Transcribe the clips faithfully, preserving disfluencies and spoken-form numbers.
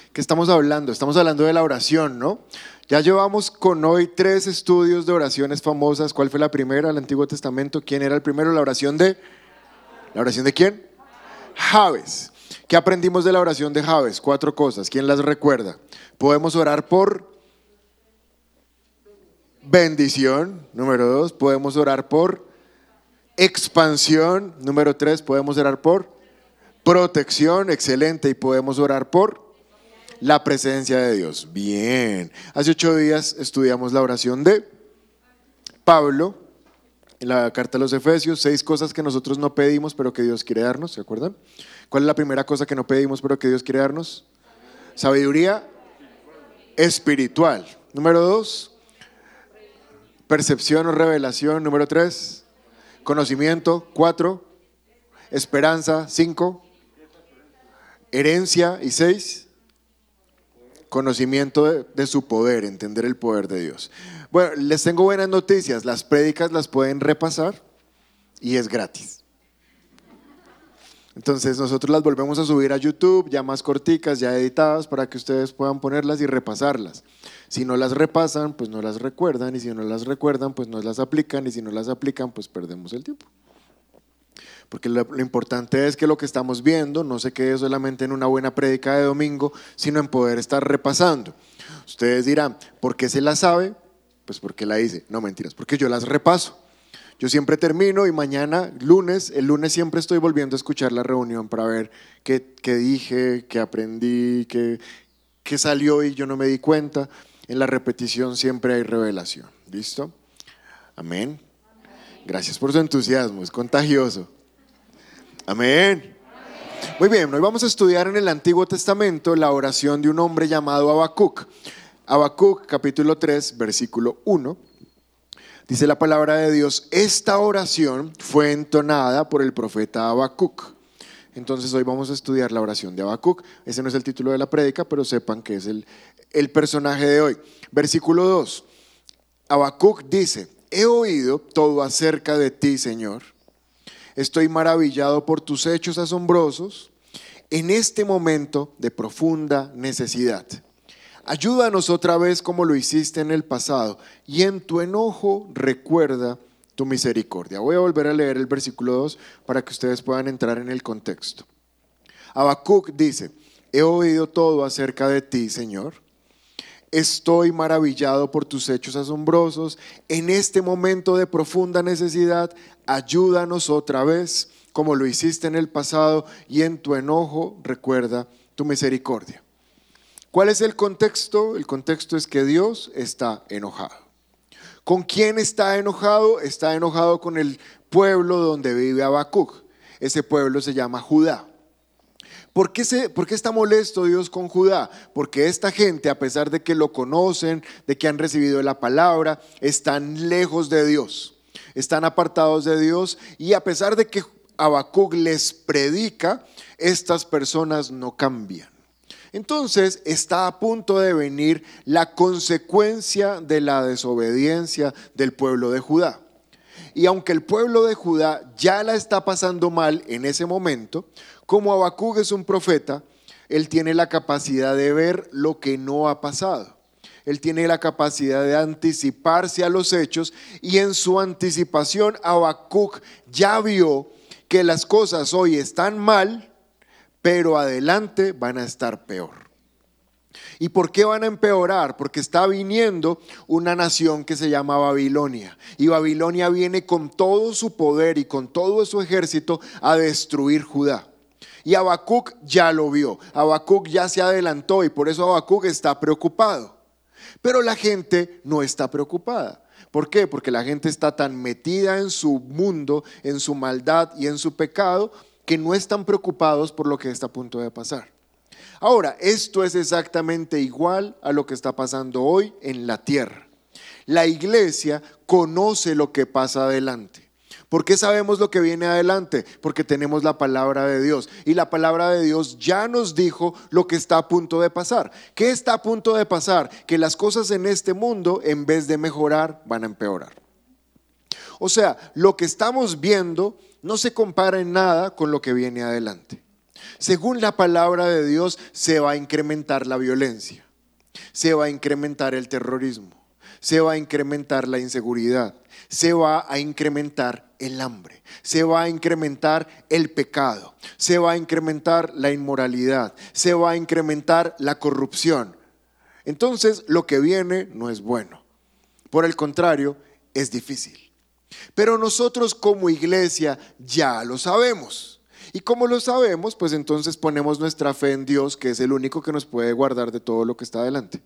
¿Qué estamos hablando? Estamos hablando de la oración, ¿no? Ya llevamos con hoy tres estudios de oraciones famosas. ¿Cuál fue la primera? El Antiguo Testamento. ¿Quién era el primero? La oración de... ¿La oración de quién? Jabes. ¿Qué aprendimos de la oración de Jabes? Cuatro cosas. ¿Quién las recuerda? Podemos orar por bendición. Número dos, podemos orar por expansión. Número tres, podemos orar por protección. Excelente. Y podemos orar por la presencia de Dios. Bien. Hace ocho días estudiamos la oración de Pablo en la carta a los Efesios. Seis cosas que nosotros no pedimos pero que Dios quiere darnos, ¿se acuerdan? ¿Cuál es la primera cosa que no pedimos pero que Dios quiere darnos? Sabiduría espiritual. Número dos, percepción o revelación. Número tres, conocimiento. Cuatro, esperanza. Cinco, herencia. Y seis, conocimiento de, de su poder, entender el poder de Dios. Bueno, les tengo buenas noticias. Las prédicas las pueden repasar y es gratis. Entonces nosotros las volvemos a subir a YouTube, ya más corticas, ya editadas, para que ustedes puedan ponerlas y repasarlas. Si no las repasan, pues no las recuerdan, y si no las recuerdan, pues no las aplican, y si no las aplican, pues perdemos el tiempo. Porque lo, lo importante es que lo que estamos viendo no se quede solamente en una buena prédica de domingo, sino en poder estar repasando. Ustedes dirán, ¿por qué se la sabe? Pues porque la hice. No, mentiras, porque yo las repaso. Yo siempre termino y mañana, lunes, el lunes siempre estoy volviendo a escuchar la reunión para ver qué, qué dije, qué aprendí, qué, qué salió y yo no me di cuenta. En la repetición siempre hay revelación. ¿Listo? Amén. Gracias por su entusiasmo, es contagioso. Amén. Muy bien, hoy vamos a estudiar en el Antiguo Testamento la oración de un hombre llamado Habacuc. Habacuc, capítulo tres, versículo uno. Dice la palabra de Dios: esta oración fue entonada por el profeta Habacuc. Entonces hoy vamos a estudiar la oración de Habacuc. Ese no es el título de la prédica, pero sepan que es el, el personaje de hoy. Versículo dos. Habacuc dice: he oído todo acerca de ti, Señor. Estoy maravillado por tus hechos asombrosos en este momento de profunda necesidad. Ayúdanos otra vez como lo hiciste en el pasado, y en tu enojo recuerda tu misericordia. Voy a volver a leer el versículo dos para que ustedes puedan entrar en el contexto. Habacuc dice: he oído todo acerca de ti, Señor. Estoy maravillado por tus hechos asombrosos. En este momento de profunda necesidad, ayúdanos otra vez como lo hiciste en el pasado, y en tu enojo recuerda tu misericordia. ¿Cuál es el contexto? El contexto es que Dios está enojado. ¿Con quién está enojado? Está enojado con el pueblo donde vive Habacuc. Ese pueblo se llama Judá. ¿Por qué, se, ¿Por qué está molesto Dios con Judá? Porque esta gente, a pesar de que lo conocen, de que han recibido la palabra, están lejos de Dios, están apartados de Dios, y a pesar de que Habacuc les predica, estas personas no cambian. Entonces está a punto de venir la consecuencia de la desobediencia del pueblo de Judá. Y aunque el pueblo de Judá ya la está pasando mal en ese momento, como Habacuc es un profeta, él tiene la capacidad de ver lo que no ha pasado. Él tiene la capacidad de anticiparse a los hechos, y en su anticipación Habacuc ya vio que las cosas hoy están mal, pero adelante van a estar peor. ¿Y por qué van a empeorar? Porque está viniendo una nación que se llama Babilonia, y Babilonia viene con todo su poder y con todo su ejército a destruir Judá. Y Habacuc ya lo vio, Habacuc ya se adelantó, y por eso Habacuc está preocupado. Pero la gente no está preocupada. ¿Por qué? Porque la gente está tan metida en su mundo, en su maldad y en su pecado, que no están preocupados por lo que está a punto de pasar. Ahora, esto es exactamente igual a lo que está pasando hoy en la tierra. La iglesia conoce lo que pasa adelante. ¿Por qué sabemos lo que viene adelante? Porque tenemos la palabra de Dios, y la palabra de Dios ya nos dijo lo que está a punto de pasar. ¿Qué está a punto de pasar? Que las cosas en este mundo, en vez de mejorar, van a empeorar. O sea, lo que estamos viendo no se compara en nada con lo que viene adelante. Según la palabra de Dios, se va a incrementar la violencia, se va a incrementar el terrorismo, se va a incrementar la inseguridad, se va a incrementar el hambre, se va a incrementar el pecado, se va a incrementar la inmoralidad, se va a incrementar la corrupción. Entonces, lo que viene no es bueno. Por el contrario, es difícil. Pero nosotros como iglesia ya lo sabemos. Y como lo sabemos, pues entonces ponemos nuestra fe en Dios, que es el único que nos puede guardar de todo lo que está adelante.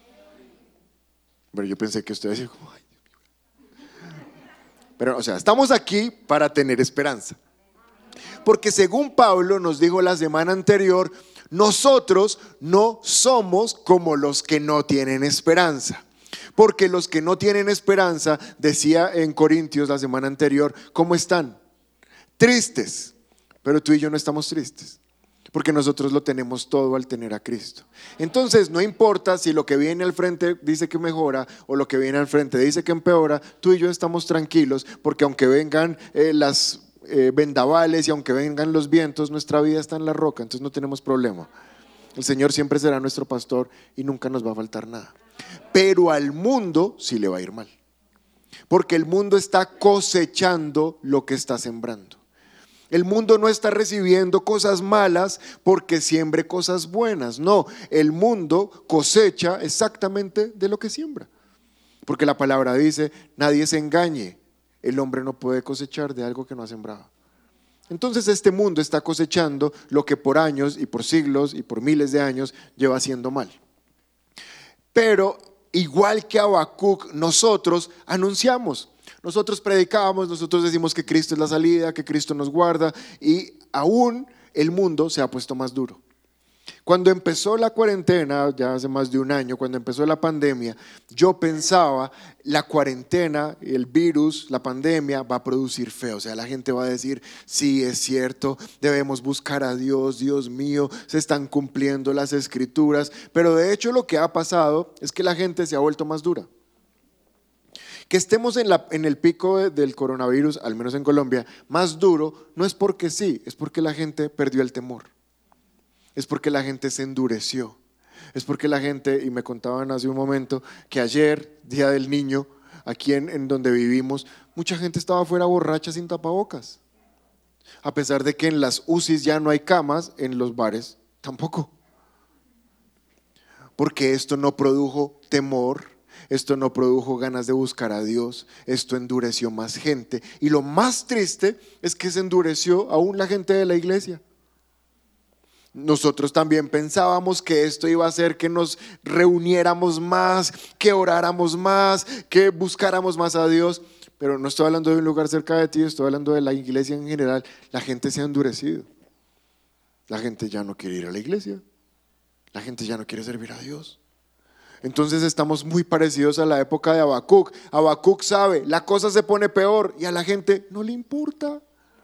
Pero yo pensé que ustedes decían como, ay, Dios mío. Pero, o sea, estamos aquí para tener esperanza. Porque según Pablo nos dijo la semana anterior, nosotros no somos como los que no tienen esperanza. Porque los que no tienen esperanza, decía en Corintios la semana anterior, ¿cómo están? Tristes. Pero tú y yo no estamos tristes, porque nosotros lo tenemos todo al tener a Cristo. Entonces no importa si lo que viene al frente dice que mejora o lo que viene al frente dice que empeora, tú y yo estamos tranquilos, porque aunque vengan eh, las eh, vendavales y aunque vengan los vientos, nuestra vida está en la roca, entonces no tenemos problema. El Señor siempre será nuestro pastor y nunca nos va a faltar nada. Pero al mundo sí le va a ir mal, porque el mundo está cosechando lo que está sembrando. El mundo no está recibiendo cosas malas porque siembre cosas buenas. No, el mundo cosecha exactamente de lo que siembra. Porque la palabra dice, nadie se engañe, el hombre no puede cosechar de algo que no ha sembrado. Entonces este mundo está cosechando lo que por años y por siglos y por miles de años lleva haciendo mal. Pero igual que Habacuc, nosotros anunciamos. Nosotros predicamos, nosotros decimos que Cristo es la salida, que Cristo nos guarda, y aún el mundo se ha puesto más duro. Cuando empezó la cuarentena, ya hace más de un año, cuando empezó la pandemia, yo pensaba, la cuarentena, el virus, la pandemia va a producir fe. O sea, la gente va a decir, sí, es cierto, debemos buscar a Dios, Dios mío, se están cumpliendo las escrituras. Pero de hecho lo que ha pasado es que la gente se ha vuelto más dura. Que estemos en, la, en el pico de, del coronavirus, al menos en Colombia, más duro, no es porque sí, es porque la gente perdió el temor. Es porque la gente se endureció. Es porque la gente, y me contaban hace un momento, que ayer, Día del Niño, aquí en, en donde vivimos, mucha gente estaba afuera borracha sin tapabocas. A pesar de que en las U C Is ya no hay camas, en los bares tampoco. Porque esto no produjo temor. Esto no produjo ganas de buscar a Dios, esto endureció más gente. Y lo más triste es que se endureció aún la gente de la iglesia. Nosotros también pensábamos que esto iba a hacer que nos reuniéramos más, que oráramos más, que buscáramos más a Dios. Pero no estoy hablando de un lugar cerca de ti, estoy hablando de la iglesia en general. La gente se ha endurecido. La gente ya no quiere ir a la iglesia. La gente ya no quiere servir a Dios. Entonces estamos muy parecidos a la época de Habacuc. Habacuc sabe, la cosa se pone peor y a la gente no le importa.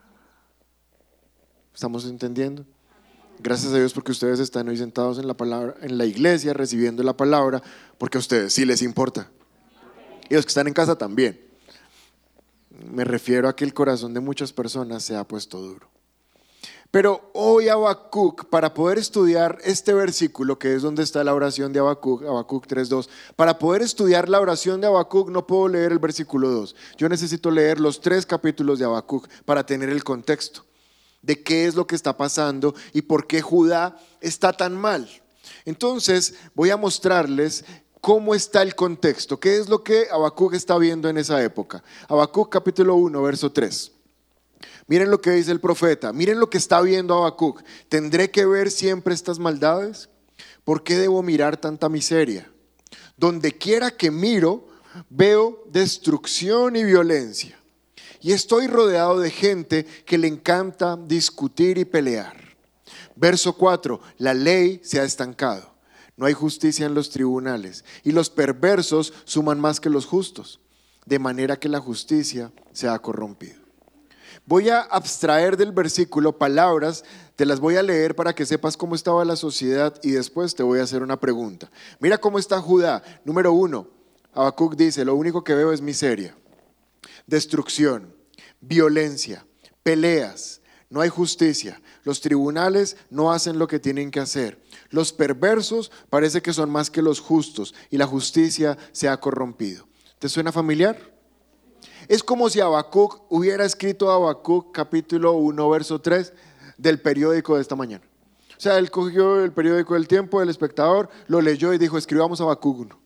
¿Estamos entendiendo? Gracias a Dios porque ustedes están hoy sentados en la palabra, en la iglesia recibiendo la palabra, porque a ustedes sí les importa. Y los que están en casa también. Me refiero a que el corazón de muchas personas se ha puesto duro. Pero hoy Habacuc, para poder estudiar este versículo, que es donde está la oración de Habacuc, Habacuc tres dos, para poder estudiar la oración de Habacuc no puedo leer el versículo dos. Yo necesito leer los tres capítulos de Habacuc para tener el contexto de qué es lo que está pasando y por qué Judá está tan mal. Entonces voy a mostrarles cómo está el contexto, qué es lo que Habacuc está viendo en esa época. Habacuc capítulo uno, verso tres. Miren lo que dice el profeta, miren lo que está viendo Habacuc. ¿Tendré que ver siempre estas maldades? ¿Por qué debo mirar tanta miseria? Donde quiera que miro, veo destrucción y violencia. Y estoy rodeado de gente que le encanta discutir y pelear. Verso cuatro, la ley se ha estancado. No hay justicia en los tribunales y los perversos suman más que los justos, de manera que la justicia se ha corrompido. Voy a abstraer del versículo palabras, te las voy a leer para que sepas cómo estaba la sociedad y después te voy a hacer una pregunta. Mira cómo está Judá. Número uno, Habacuc dice, lo único que veo es miseria, destrucción, violencia, peleas, no hay justicia, los tribunales no hacen lo que tienen que hacer, los perversos parece que son más que los justos y la justicia se ha corrompido. ¿Te suena familiar? Es como si Habacuc hubiera escrito Habacuc capítulo uno, verso tres del periódico de esta mañana. O sea, él cogió el periódico del Tiempo, El Espectador, lo leyó y dijo, escribamos Habacuc uno.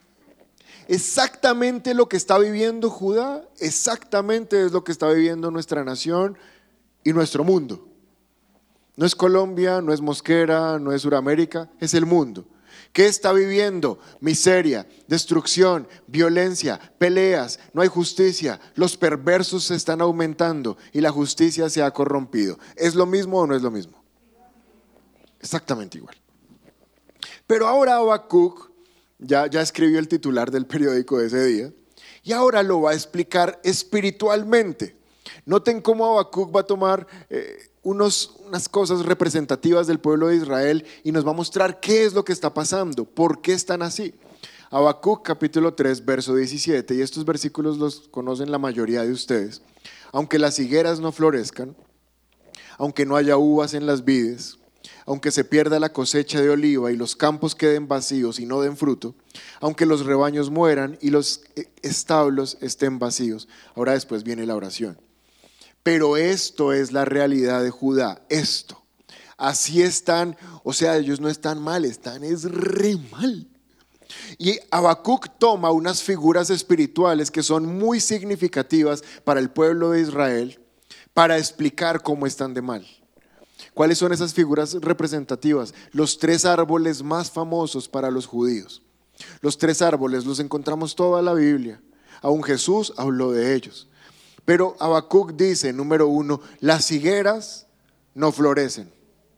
Exactamente lo que está viviendo Judá, exactamente es lo que está viviendo nuestra nación y nuestro mundo. No es Colombia, no es Mosquera, no es Suramérica, es el mundo. ¿Qué está viviendo? Miseria, destrucción, violencia, peleas, no hay justicia, los perversos se están aumentando y la justicia se ha corrompido. ¿Es lo mismo o no es lo mismo? Exactamente igual. Pero ahora Habacuc ya, ya escribió el titular del periódico de ese día y ahora lo va a explicar espiritualmente. Noten cómo Habacuc va a tomar eh, unos, unas cosas representativas del pueblo de Israel y nos va a mostrar qué es lo que está pasando, por qué están así. Habacuc capítulo tres, verso diecisiete, y estos versículos los conocen la mayoría de ustedes. Aunque las higueras no florezcan, aunque no haya uvas en las vides, aunque se pierda la cosecha de oliva y los campos queden vacíos y no den fruto, aunque los rebaños mueran y los establos estén vacíos. Ahora después viene la oración. Pero esto es la realidad de Judá, esto. Así están, o sea, ellos no están mal, están es re mal. Y Habacuc toma unas figuras espirituales que son muy significativas para el pueblo de Israel para explicar cómo están de mal. ¿Cuáles son esas figuras representativas? Los tres árboles más famosos para los judíos. Los tres árboles los encontramos toda la Biblia. Aún Jesús habló de ellos. Pero Habacuc dice, número uno, las higueras no florecen.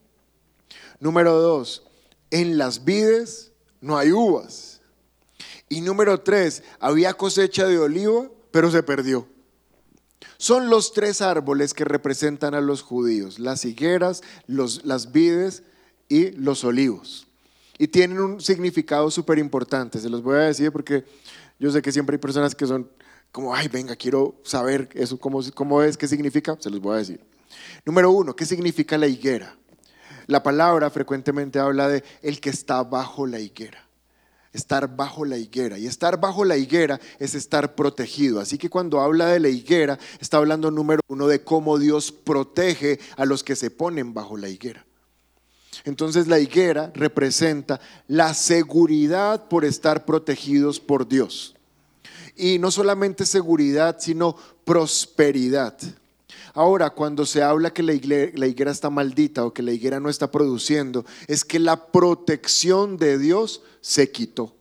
Número dos, en las vides no hay uvas. Y número tres, había cosecha de oliva, pero se perdió. Son los tres árboles que representan a los judíos, las higueras, los, las vides y los olivos. Y tienen un significado súper importante, se los voy a decir porque yo sé que siempre hay personas que son como, ay, venga, quiero saber eso, cómo, cómo es, qué significa, se los voy a decir. Número uno, ¿qué significa la higuera? La palabra frecuentemente habla de el que está bajo la higuera. Estar bajo la higuera, y estar bajo la higuera es estar protegido. Así que cuando habla de la higuera, está hablando número uno de cómo Dios protege a los que se ponen bajo la higuera. Entonces la higuera representa la seguridad por estar protegidos por Dios. Y no solamente seguridad, sino prosperidad. Ahora, cuando se habla que la higuera, la higuera está maldita o que la higuera no está produciendo, es que la protección de Dios se quitó.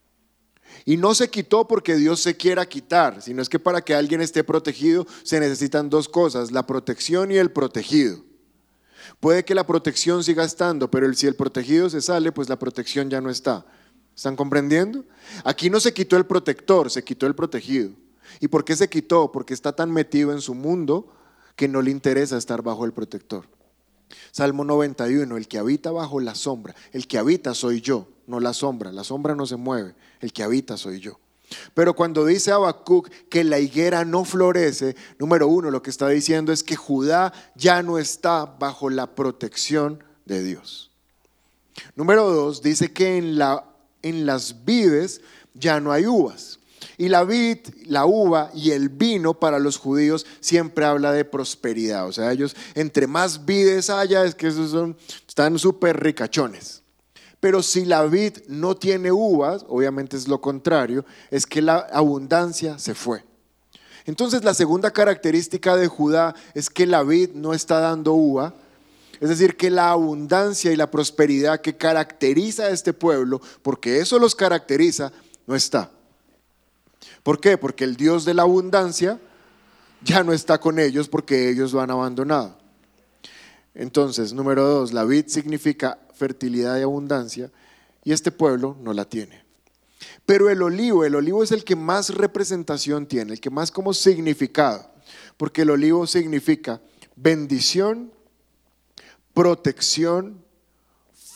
Y no se quitó porque Dios se quiera quitar, sino es que para que alguien esté protegido se necesitan dos cosas, la protección y el protegido. Puede que la protección siga estando, pero si el protegido se sale, pues la protección ya no está. ¿Están comprendiendo? Aquí no se quitó el protector, se quitó el protegido. ¿Y por qué se quitó? Porque está tan metido en su mundo que no le interesa estar bajo el protector. Salmo noventa y uno, el que habita bajo la sombra, el que habita soy yo, no la sombra, la sombra no se mueve, el que habita soy yo. Pero cuando dice Habacuc que la higuera no florece, número uno, lo que está diciendo es que Judá ya no está bajo la protección de Dios. Número dos, dice que en, la, en las vides ya no hay uvas. Y la vid, la uva y el vino para los judíos siempre habla de prosperidad. O sea, ellos entre más vides haya, es que esos son, están súper ricachones. Pero si la vid no tiene uvas, obviamente es lo contrario, es que la abundancia se fue. Entonces la segunda característica de Judá es que la vid no está dando uva. Es decir, que la abundancia y la prosperidad que caracteriza a este pueblo, porque eso los caracteriza, no está. ¿Por qué? Porque el Dios de la abundancia ya no está con ellos porque ellos lo han abandonado. Entonces, número dos, la vid significa fertilidad y abundancia y este pueblo no la tiene. Pero el olivo, el olivo es el que más representación tiene, el que más como significado, porque el olivo significa bendición, protección,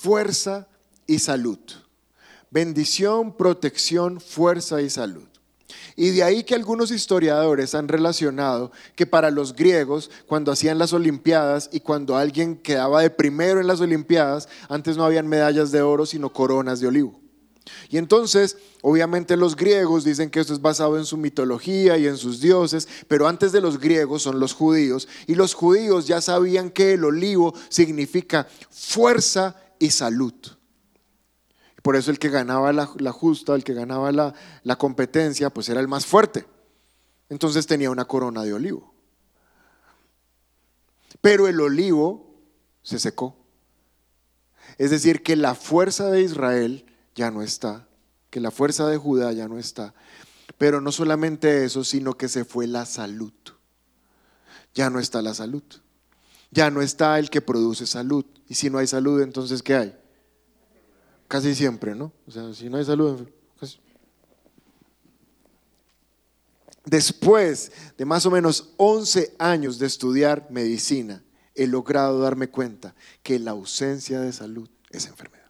fuerza y salud. Bendición, protección, fuerza y salud. Y de ahí que algunos historiadores han relacionado que para los griegos, cuando hacían las olimpiadas y cuando alguien quedaba de primero en las olimpiadas, antes no habían medallas de oro sino coronas de olivo. Y entonces, obviamente los griegos dicen que esto es basado en su mitología y en sus dioses, pero antes de los griegos son los judíos, y los judíos ya sabían que el olivo significa fuerza y salud. Por eso el que ganaba la, la justa, el que ganaba la, la competencia, pues era el más fuerte. Entonces tenía una corona de olivo. Pero el olivo se secó. Es decir, que la fuerza de Israel ya no está, que la fuerza de Judá ya no está. Pero no solamente eso, sino que se fue la salud. Ya no está la salud. Ya no está el que produce salud. Y si no hay salud, entonces ¿qué hay? Casi siempre, ¿no? O sea, si no hay salud, casi. Después de más o menos once años de estudiar medicina, he logrado darme cuenta que la ausencia de salud es enfermedad.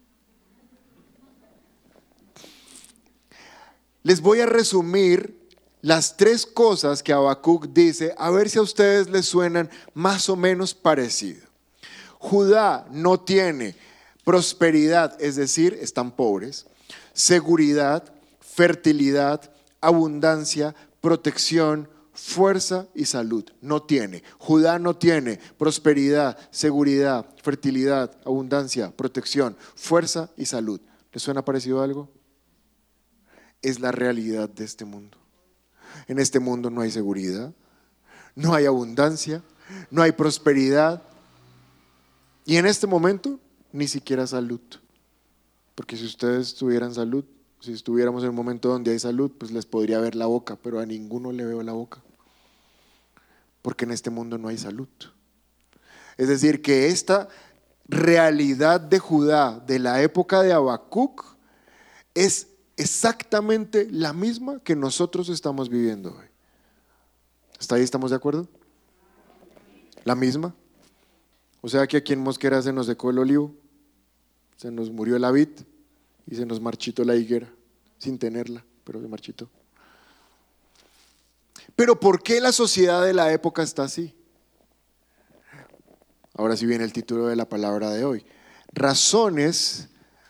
Les voy a resumir las tres cosas que Habacuc dice, a ver si a ustedes les suenan más o menos parecido. Judá no tiene prosperidad, es decir, están pobres, seguridad, fertilidad, abundancia, protección, fuerza y salud. No tiene. Judá no tiene prosperidad, seguridad, fertilidad, abundancia, protección, fuerza y salud. ¿Les suena parecido a algo? Es la realidad de este mundo. En este mundo no hay seguridad, no hay abundancia, no hay prosperidad y en este momento ni siquiera salud. Porque si ustedes tuvieran salud, si estuviéramos en un momento donde hay salud, pues les podría ver la boca, pero a ninguno le veo la boca. Porque en este mundo no hay salud. Es decir, que esta realidad de Judá de la época de Habacuc es exactamente la misma que nosotros estamos viviendo hoy. ¿Hasta ahí estamos de acuerdo? ¿La misma? O sea que aquí en Mosquera se nos secó el olivo, se nos murió la vid y se nos marchitó la higuera, sin tenerla, pero se marchitó. Pero ¿por qué la sociedad de la época está así? Ahora sí viene el título de la palabra de hoy. Razones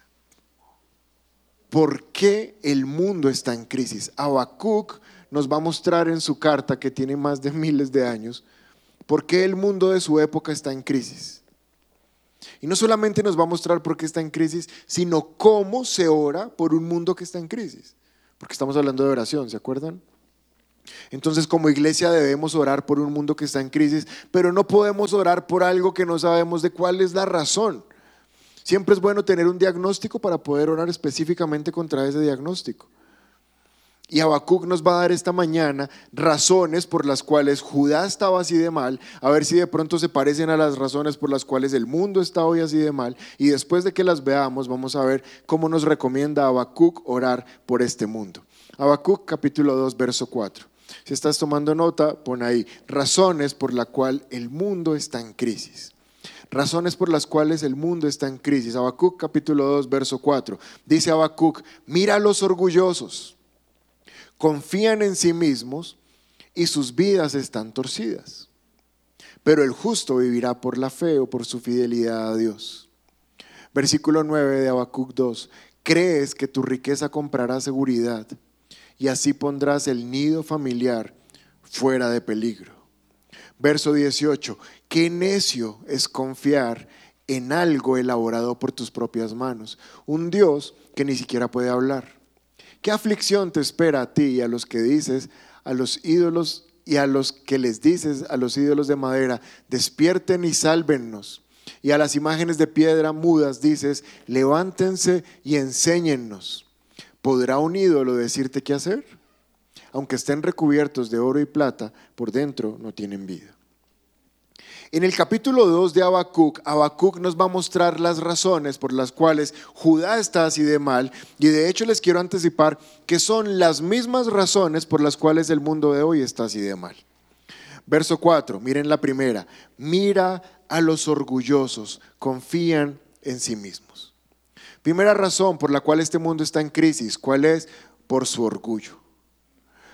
por qué el mundo está en crisis. Habacuc nos va a mostrar en su carta, que tiene más de miles de años, por qué el mundo de su época está en crisis. Y no solamente nos va a mostrar por qué está en crisis, sino cómo se ora por un mundo que está en crisis. Porque estamos hablando de oración, ¿se acuerdan? Entonces, como iglesia debemos orar por un mundo que está en crisis, pero no podemos orar por algo que no sabemos de cuál es la razón. Siempre es bueno tener un diagnóstico para poder orar específicamente contra ese diagnóstico. Y Habacuc nos va a dar esta mañana razones por las cuales Judá estaba así de mal, a ver si de pronto se parecen a las razones por las cuales el mundo está hoy así de mal, y después de que las veamos vamos a ver cómo nos recomienda Habacuc orar por este mundo. Habacuc capítulo dos verso cuatro. Si estás tomando nota, pon ahí razones por las cuales el mundo está en crisis. Razones por las cuales el mundo está en crisis. Habacuc capítulo dos verso cuatro. Dice Habacuc, mira a los orgullosos. Confían en sí mismos y sus vidas están torcidas. Pero el justo vivirá por la fe o por su fidelidad a Dios. Versículo nueve de Habacuc dos. Crees que tu riqueza comprará seguridad y así pondrás el nido familiar fuera de peligro. Verso dieciocho. Qué necio es confiar en algo elaborado por tus propias manos. Un Dios que ni siquiera puede hablar. ¿Qué aflicción te espera a ti y a los que dices, a los ídolos y a los que les dices, a los ídolos de madera, despierten y sálvennos? Y a las imágenes de piedra mudas dices, levántense y enséñennos. ¿Podrá un ídolo decirte qué hacer? Aunque estén recubiertos de oro y plata, por dentro no tienen vida. En el capítulo dos de Habacuc, Habacuc nos va a mostrar las razones por las cuales Judá está así de mal, y de hecho les quiero anticipar que son las mismas razones por las cuales el mundo de hoy está así de mal. Verso cuatro, miren la primera, mira a los orgullosos, confían en sí mismos. Primera razón por la cual este mundo está en crisis, ¿cuál es? Por su orgullo.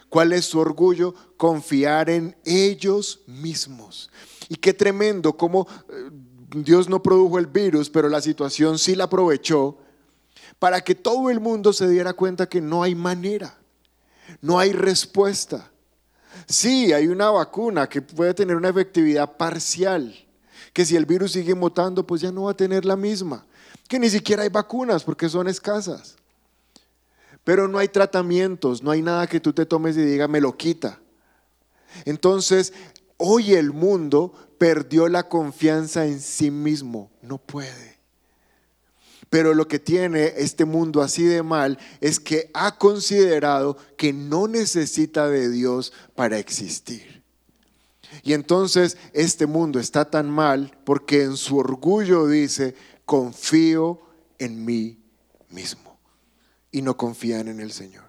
¿Cuál es su orgullo? Confiar en ellos mismos. Y qué tremendo cómo eh, Dios no produjo el virus, pero la situación sí la aprovechó para que todo el mundo se diera cuenta que no hay manera, no hay respuesta. Sí, hay una vacuna que puede tener una efectividad parcial, que si el virus sigue mutando, pues ya no va a tener la misma, que ni siquiera hay vacunas porque son escasas. Pero no hay tratamientos, no hay nada que tú te tomes y diga me lo quita. Entonces, hoy el mundo perdió la confianza en sí mismo, no puede. Pero lo que tiene este mundo así de mal es que ha considerado que no necesita de Dios para existir. Y entonces este mundo está tan mal porque en su orgullo dice, confío en mí mismo. Y no confían en el Señor.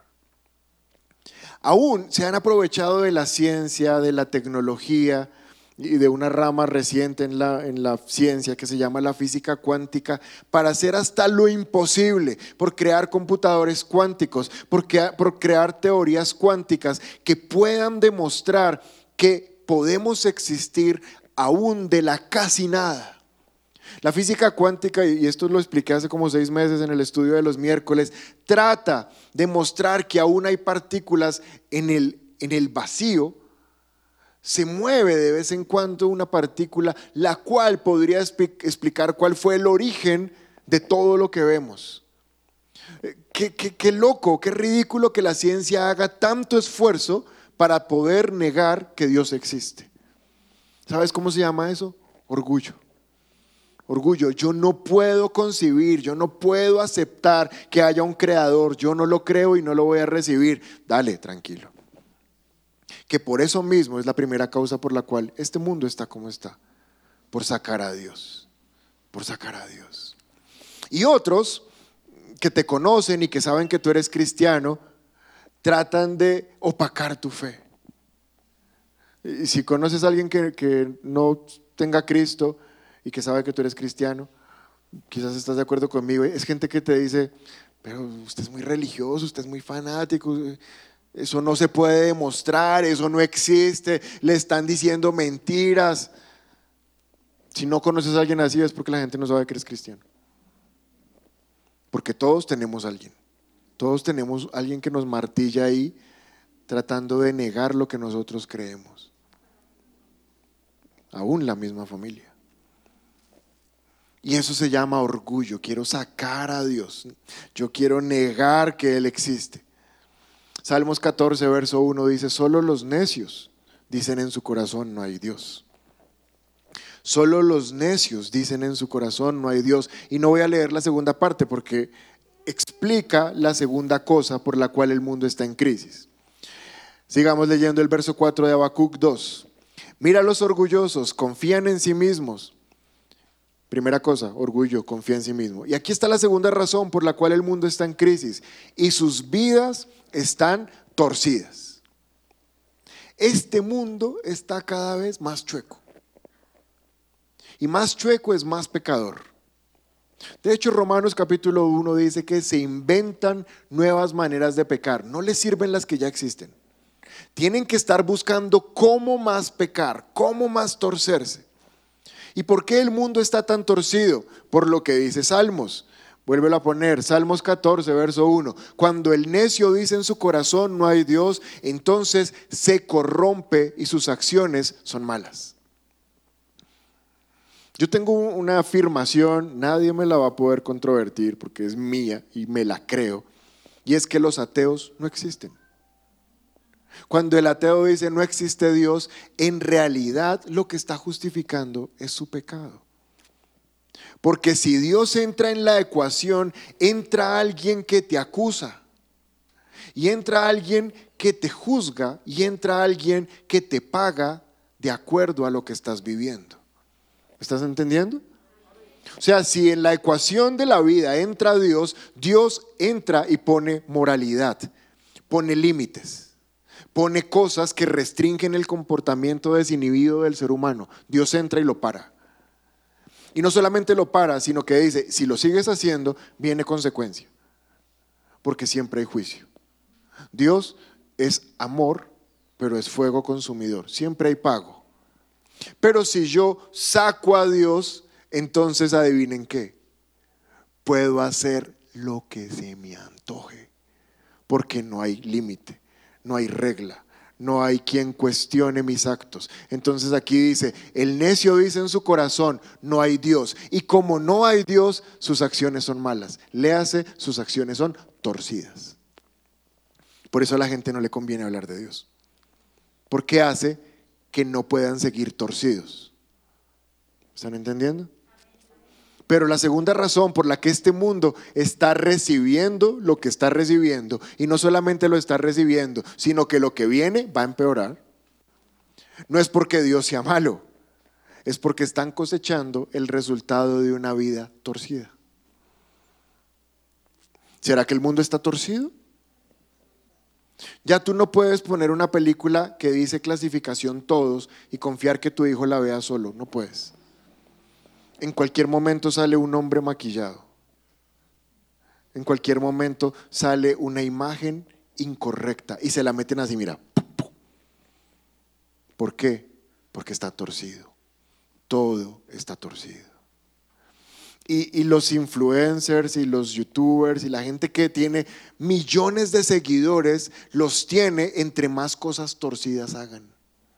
Aún se han aprovechado de la ciencia, de la tecnología y de una rama reciente en la, en la ciencia que se llama la física cuántica para hacer hasta lo imposible, por crear computadores cuánticos, por, crea, por crear teorías cuánticas que puedan demostrar que podemos existir aún de la casi nada. La física cuántica, y esto lo expliqué hace como seis meses en el estudio de los miércoles, trata de mostrar que aún hay partículas en el, en el vacío. Se mueve de vez en cuando una partícula, la cual podría explicar cuál fue el origen de todo lo que vemos. Qué, qué, qué loco, qué ridículo que la ciencia haga tanto esfuerzo para poder negar que Dios existe. ¿Sabes cómo se llama eso? Orgullo. Orgullo, yo no puedo concebir, yo no puedo aceptar que haya un creador, yo no lo creo y no lo voy a recibir. Dale, tranquilo. Que por eso mismo es la primera causa por la cual este mundo está como está, por sacar a Dios, por sacar a Dios. Y otros que te conocen y que saben que tú eres cristiano, tratan de opacar tu fe. Y si conoces a alguien que, que no tenga Cristo y que sabe que tú eres cristiano, quizás estás de acuerdo conmigo, es gente que te dice, pero usted es muy religioso, usted es muy fanático, eso no se puede demostrar, eso no existe, le están diciendo mentiras. Si no conoces a alguien así es porque la gente no sabe que eres cristiano. Porque todos tenemos a alguien, todos tenemos a alguien que nos martilla ahí tratando de negar lo que nosotros creemos. Aún la misma familia. Y eso se llama orgullo. Quiero sacar a Dios. Yo quiero negar que Él existe. Salmos catorce, verso uno dice, solo los necios dicen en su corazón no hay Dios. Solo los necios dicen en su corazón no hay Dios. Y no voy a leer la segunda parte porque explica la segunda cosa por la cual el mundo está en crisis. Sigamos leyendo el verso cuatro de Habacuc dos. Mira a los orgullosos, confían en sí mismos. Primera cosa, orgullo, confía en sí mismo. Y aquí está la segunda razón por la cual el mundo está en crisis y sus vidas están torcidas. Este mundo está cada vez más chueco. Y más chueco es más pecador. De hecho, Romanos capítulo uno dice que se inventan nuevas maneras de pecar. No les sirven las que ya existen. Tienen que estar buscando cómo más pecar, cómo más torcerse. ¿Y por qué el mundo está tan torcido? Por lo que dice Salmos. Vuélvelo a poner, Salmos catorce, verso uno. Cuando el necio dice en su corazón no hay Dios, entonces se corrompe y sus acciones son malas. Yo tengo una afirmación, nadie me la va a poder controvertir porque es mía y me la creo, y es que los ateos no existen. Cuando el ateo dice no existe Dios, en realidad lo que está justificando es su pecado. Porque si Dios entra en la ecuación, entra alguien que te acusa, y entra alguien que te juzga, y entra alguien que te paga de acuerdo a lo que estás viviendo. ¿Estás entendiendo? O sea, si en la ecuación de la vida entra Dios, Dios entra y pone moralidad, pone límites, pone cosas que restringen el comportamiento desinhibido del ser humano. Dios entra y lo para. Y no solamente lo para, sino que dice, si lo sigues haciendo, viene consecuencia, porque siempre hay juicio. Dios es amor, pero es fuego consumidor. Siempre hay pago. Pero si yo saco a Dios, entonces adivinen qué. Puedo hacer lo que se me antoje, porque no hay límite, no hay regla, no hay quien cuestione mis actos. Entonces aquí dice, el necio dice en su corazón, no hay Dios. Y como no hay Dios, sus acciones son malas. Léase, sus acciones son torcidas. Por eso a la gente no le conviene hablar de Dios, porque hace que no puedan seguir torcidos. ¿Están entendiendo? Pero la segunda razón por la que este mundo está recibiendo lo que está recibiendo, y no solamente lo está recibiendo, sino que lo que viene va a empeorar, no es porque Dios sea malo, es porque están cosechando el resultado de una vida torcida. ¿Será que el mundo está torcido? Ya tú no puedes poner una película que dice clasificación todos y confiar que tu hijo la vea solo, no puedes. En cualquier momento sale un hombre maquillado. En cualquier momento sale una imagen incorrecta y se la meten así, mira. ¿Por qué? Porque está torcido. Todo está torcido. Y, y los influencers y los youtubers y la gente que tiene millones de seguidores los tiene entre más cosas torcidas hagan.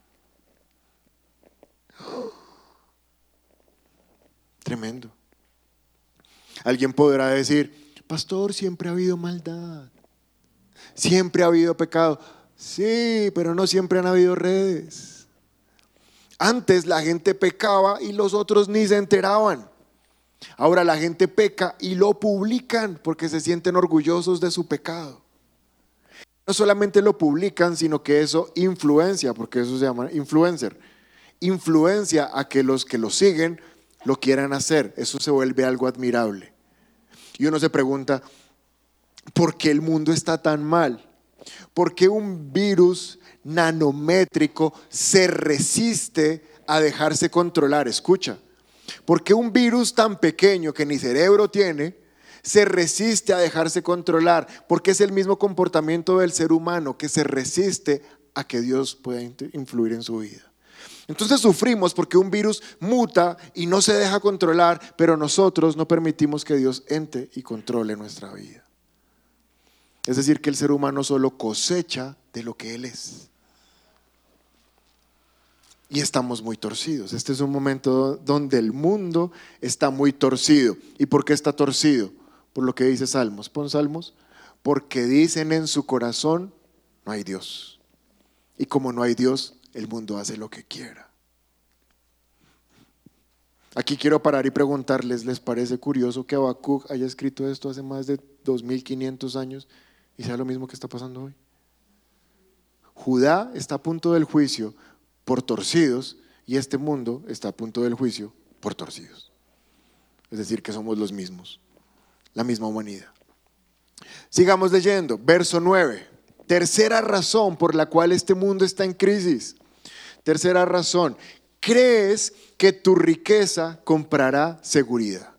Tremendo. Alguien podrá decir, pastor, siempre ha habido maldad, siempre ha habido pecado. Sí, pero no siempre han habido redes. Antes la gente pecaba y los otros ni se enteraban. Ahora la gente peca y lo publican porque se sienten orgullosos de su pecado. No solamente lo publican, sino que eso influencia, porque eso se llama influencer, influencia a que los que lo siguen lo quieran hacer. Eso se vuelve algo admirable. Y uno se pregunta, ¿por qué el mundo está tan mal? ¿Por qué un virus nanométrico se resiste a dejarse controlar? Escucha, ¿por qué un virus tan pequeño que ni cerebro tiene se resiste a dejarse controlar? Porque es el mismo comportamiento del ser humano que se resiste a que Dios pueda influir en su vida. Entonces sufrimos porque un virus muta y no se deja controlar, pero nosotros no permitimos que Dios entre y controle nuestra vida. Es decir, que el ser humano solo cosecha de lo que él es. Y estamos muy torcidos. Este es un momento donde el mundo está muy torcido. ¿Y por qué está torcido? Por lo que dice Salmos. Pon Salmos. Porque dicen en su corazón, no hay Dios. Y como no hay Dios, el mundo hace lo que quiera. Aquí quiero parar y preguntarles, ¿les parece curioso que Habacuc haya escrito esto hace más de dos mil quinientos años y sea lo mismo que está pasando hoy? Judá está a punto del juicio por torcidos y este mundo está a punto del juicio por torcidos. Es decir, que somos los mismos, la misma humanidad. Sigamos leyendo, verso nueve. Tercera razón por la cual este mundo está en crisis. Tercera razón, crees que tu riqueza comprará seguridad.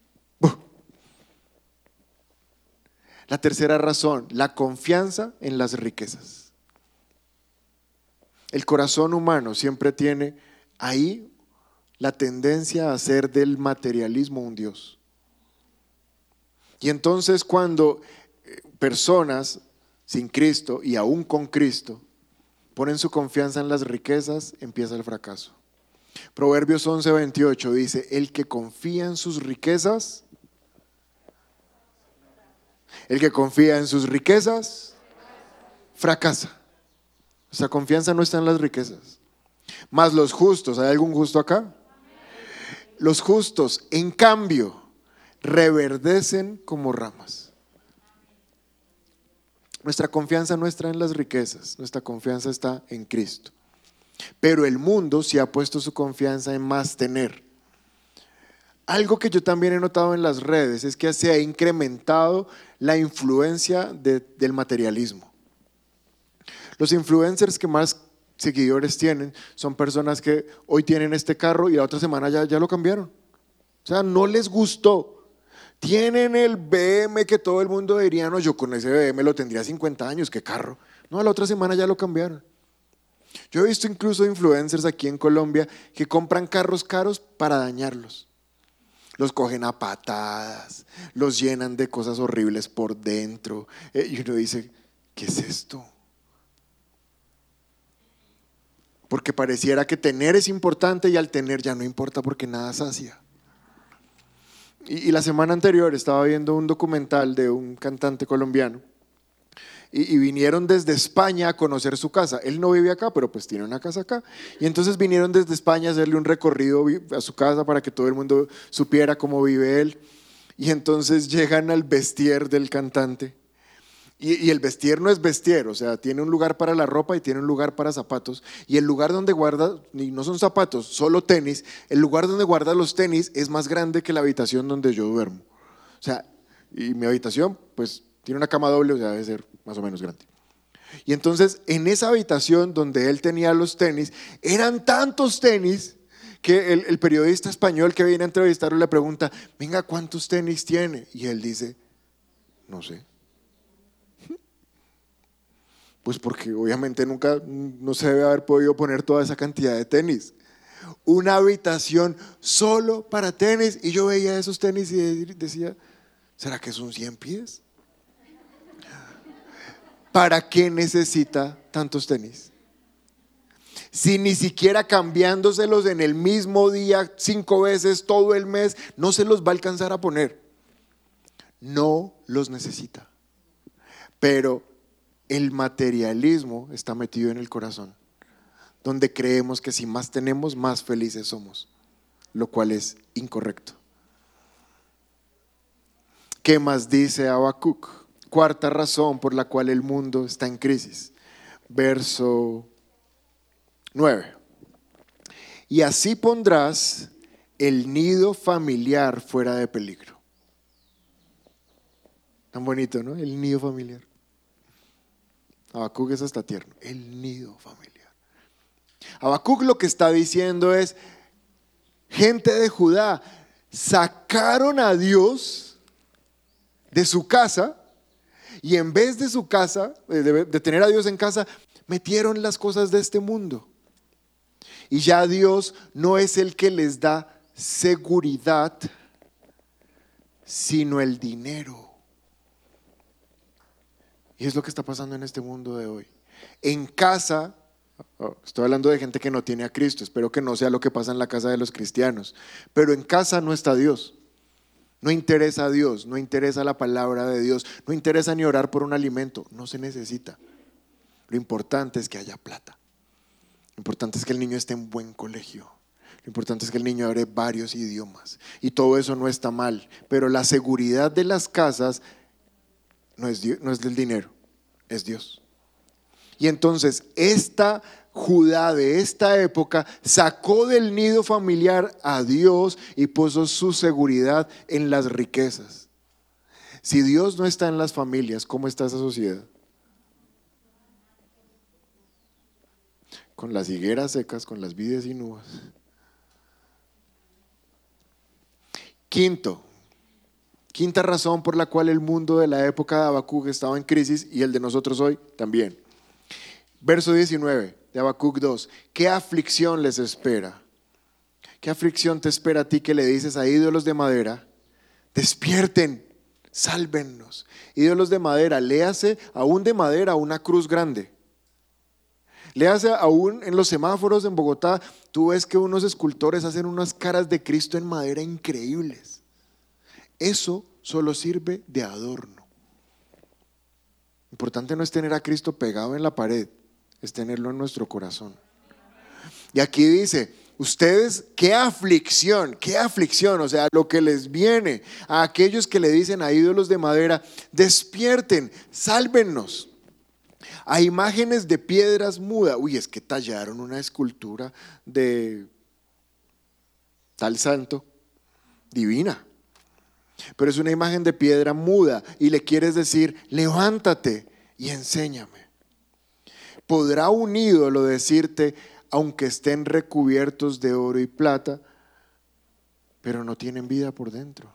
La tercera razón, la confianza en las riquezas. El corazón humano siempre tiene ahí la tendencia a hacer del materialismo un Dios. Y entonces cuando personas sin Cristo y aún con Cristo ponen su confianza en las riquezas, empieza el fracaso. Proverbios once veintiocho dice, el que confía en sus riquezas, el que confía en sus riquezas, fracasa. Nuestra confianza no está en las riquezas. Más los justos, ¿hay algún justo acá? Los justos, en cambio, reverdecen como ramas. Nuestra confianza no está en las riquezas, nuestra confianza está en Cristo. Pero el mundo sí ha puesto su confianza en más tener. Algo que yo también he notado en las redes es que se ha incrementado la influencia de, del materialismo. Los influencers que más seguidores tienen son personas que hoy tienen este carro y la otra semana ya, ya lo cambiaron. O sea, no les gustó. Tienen el B M que todo el mundo diría, no, yo con ese B M lo tendría cincuenta años, ¿qué carro? No, la otra semana ya lo cambiaron. Yo he visto incluso influencers aquí en Colombia que compran carros caros para dañarlos. Los cogen a patadas, los llenan de cosas horribles por dentro. Eh, y uno dice, ¿qué es esto? Porque pareciera que tener es importante y al tener ya no importa porque nada sacia. Y, y la semana anterior estaba viendo un documental de un cantante colombiano y, y vinieron desde España a conocer su casa. Él no vive acá, pero pues tiene una casa acá. Y entonces vinieron desde España a hacerle un recorrido a su casa para que todo el mundo supiera cómo vive él. Y entonces llegan al vestier del cantante. Y, y el vestier no es vestier, o sea, tiene un lugar para la ropa y tiene un lugar para zapatos. Y el lugar donde guarda, y no son zapatos, solo tenis, el lugar donde guarda los tenis es más grande que la habitación donde yo duermo. O sea, y mi habitación, pues, tiene una cama doble, o sea, debe ser más o menos grande. Y entonces, en esa habitación donde él tenía los tenis, eran tantos tenis que el, el periodista español que viene a entrevistarlo le pregunta, venga, ¿cuántos tenis tiene? Y él dice, no sé. Pues porque obviamente nunca, no se debe haber podido poner toda esa cantidad de tenis. Una habitación solo para tenis. Y yo veía esos tenis y decía, ¿será que son cien pies? ¿Para qué necesita tantos tenis? Si ni siquiera cambiándoselos en el mismo día cinco veces todo el mes no se los va a alcanzar a poner. No los necesita. Pero el materialismo está metido en el corazón, donde creemos que si más tenemos, más felices somos, lo cual es incorrecto. ¿Qué más dice Habacuc? Cuarta razón por la cual el mundo está en crisis. Verso nueve. Y así pondrás el nido familiar fuera de peligro. Tan bonito, ¿no? El nido familiar. Habacuc es hasta tierno, el nido familiar. Habacuc lo que está diciendo es, gente de Judá, sacaron a Dios de su casa y en vez de su casa, de, de tener a Dios en casa, metieron las cosas de este mundo. Y ya Dios no es el que les da seguridad, sino el dinero. Y es lo que está pasando en este mundo de hoy. En casa, estoy hablando de gente que no tiene a Cristo, espero que no sea lo que pasa en la casa de los cristianos, pero en casa no está Dios. No interesa a Dios, no interesa la palabra de Dios, no interesa ni orar por un alimento, no se necesita. Lo importante es que haya plata. Lo importante es que el niño esté en buen colegio. Lo importante es que el niño hable varios idiomas. Y todo eso no está mal, pero la seguridad de las casas No es, Dios, no es del dinero, es Dios. Y entonces esta Judá de esta época sacó del nido familiar a Dios y puso su seguridad en las riquezas. Si Dios no está en las familias, ¿cómo está esa sociedad? Con las higueras secas, con las vides sin uvas. Quinto, Quinta razón por la cual el mundo de la época de Habacuc estaba en crisis y el de nosotros hoy también. Verso diecinueve de Habacuc dos. ¿Qué aflicción les espera? ¿Qué aflicción te espera a ti que le dices a ídolos de madera? Despierten, sálvennos. Ídolos de madera, léase aún de madera una cruz grande. Léase aún en los semáforos en Bogotá, tú ves que unos escultores hacen unas caras de Cristo en madera increíbles. Eso solo sirve de adorno. Importante no es tener a Cristo pegado en la pared, es tenerlo en nuestro corazón. Y aquí dice, ustedes, qué aflicción, qué aflicción, o sea, lo que les viene a aquellos que le dicen a ídolos de madera, despierten, sálvennos. A imágenes de piedras mudas, uy, es que tallaron una escultura de tal santo, divina. Pero es una imagen de piedra muda y le quieres decir, levántate y enséñame. ¿Podrá un ídolo decirte, aunque estén recubiertos de oro y plata, pero no tienen vida por dentro?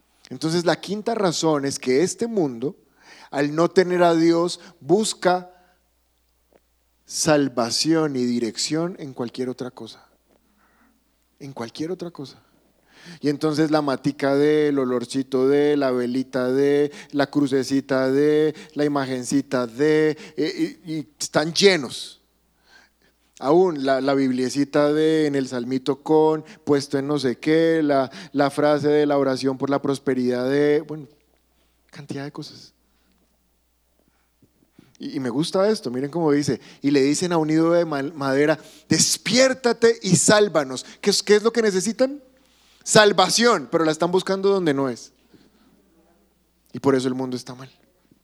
Entonces la quinta razón es que este mundo, al no tener a Dios, busca salvación y dirección en cualquier otra cosa. En cualquier otra cosa. Y entonces la matica de, el olorcito de, la velita de, la crucecita de, la imagencita de, eh, y, y están llenos. Aún la, la bibliecita de en el salmito con, puesto en no sé qué, la, la frase de la oración por la prosperidad de, bueno, cantidad de cosas. Y, y me gusta esto, miren cómo dice, y le dicen a un nido de madera, despiértate y sálvanos. ¿Qué es, qué es lo que necesitan? Salvación, pero la están buscando donde no es. Y por eso el mundo está mal.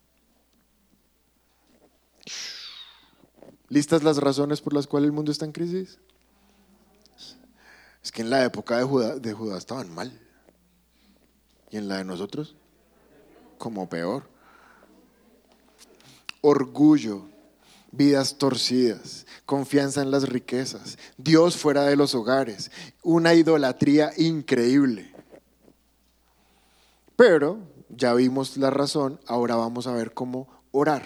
¿Listas las razones por las cuales el mundo está en crisis? Es que en la época de Judá, de Judá estaban mal. ¿Y en la de nosotros? Como peor. Orgullo, vidas torcidas, confianza en las riquezas, Dios fuera de los hogares, una idolatría increíble. Pero ya vimos la razón, ahora vamos a ver cómo orar.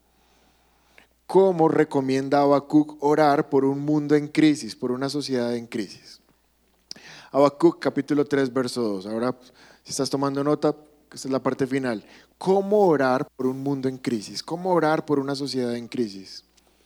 ¿Cómo recomienda Habacuc orar por un mundo en crisis, por una sociedad en crisis? Habacuc capítulo tres verso dos. Ahora, si estás tomando nota, esta es la parte final. ¿Cómo orar por un mundo en crisis? ¿Cómo orar por una sociedad en crisis?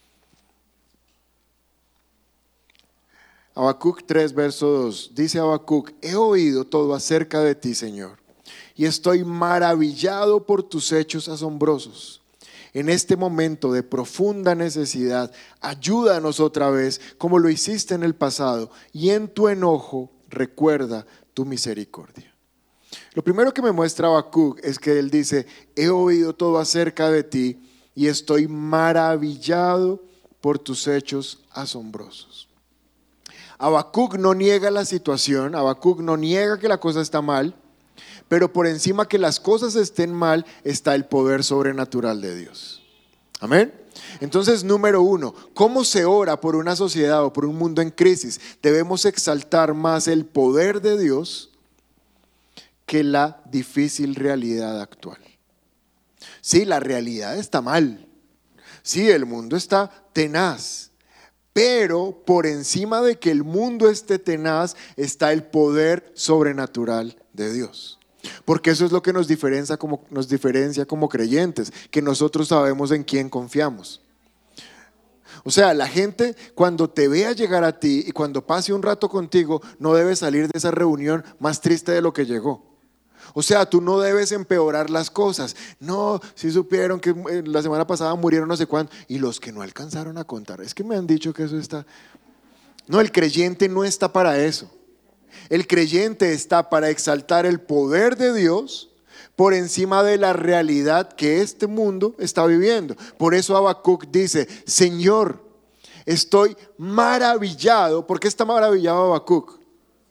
Habacuc tres verso dos. Dice Habacuc: he oído todo acerca de ti, Señor, y estoy maravillado por tus hechos asombrosos. En este momento de profunda necesidad, ayúdanos otra vez como lo hiciste en el pasado, y en tu enojo recuerda tu misericordia. Lo primero que me muestra Habacuc es que él dice: he oído todo acerca de ti y estoy maravillado por tus hechos asombrosos. Habacuc no niega la situación, Habacuc no niega que la cosa está mal, pero por encima que las cosas estén mal está el poder sobrenatural de Dios. Amén. Entonces, número uno, ¿cómo se ora por una sociedad o por un mundo en crisis? Debemos exaltar más el poder de Dios que la difícil realidad actual. Sí, la realidad está mal. Sí, el mundo está tenaz. Pero por encima de que el mundo esté tenaz está el poder sobrenatural de Dios. Porque eso es lo que nos diferencia como, nos diferencia como creyentes, que nosotros sabemos en quién confiamos. O sea, la gente cuando te vea llegar a ti y cuando pase un rato contigo, no debe salir de esa reunión más triste de lo que llegó. O sea, tú no debes empeorar las cosas. No, si supieron que la semana pasada murieron no sé cuánto, y los que no alcanzaron a contar, es que me han dicho que eso está. No, el creyente no está para eso. El creyente está para exaltar el poder de Dios por encima de la realidad que este mundo está viviendo. Por eso Habacuc dice: Señor, estoy maravillado. ¿Por qué está maravillado Habacuc?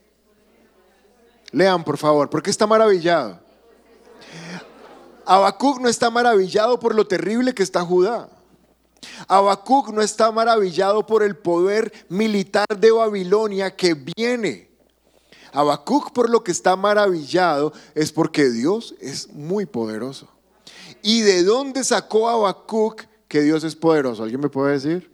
Lean, por favor, ¿por qué está maravillado? Habacuc no está maravillado por lo terrible que está Judá. Habacuc no está maravillado por el poder militar de Babilonia que viene. Habacuc por lo que está maravillado es porque Dios es muy poderoso. ¿Y de dónde sacó Habacuc que Dios es poderoso? ¿Alguien me puede decir?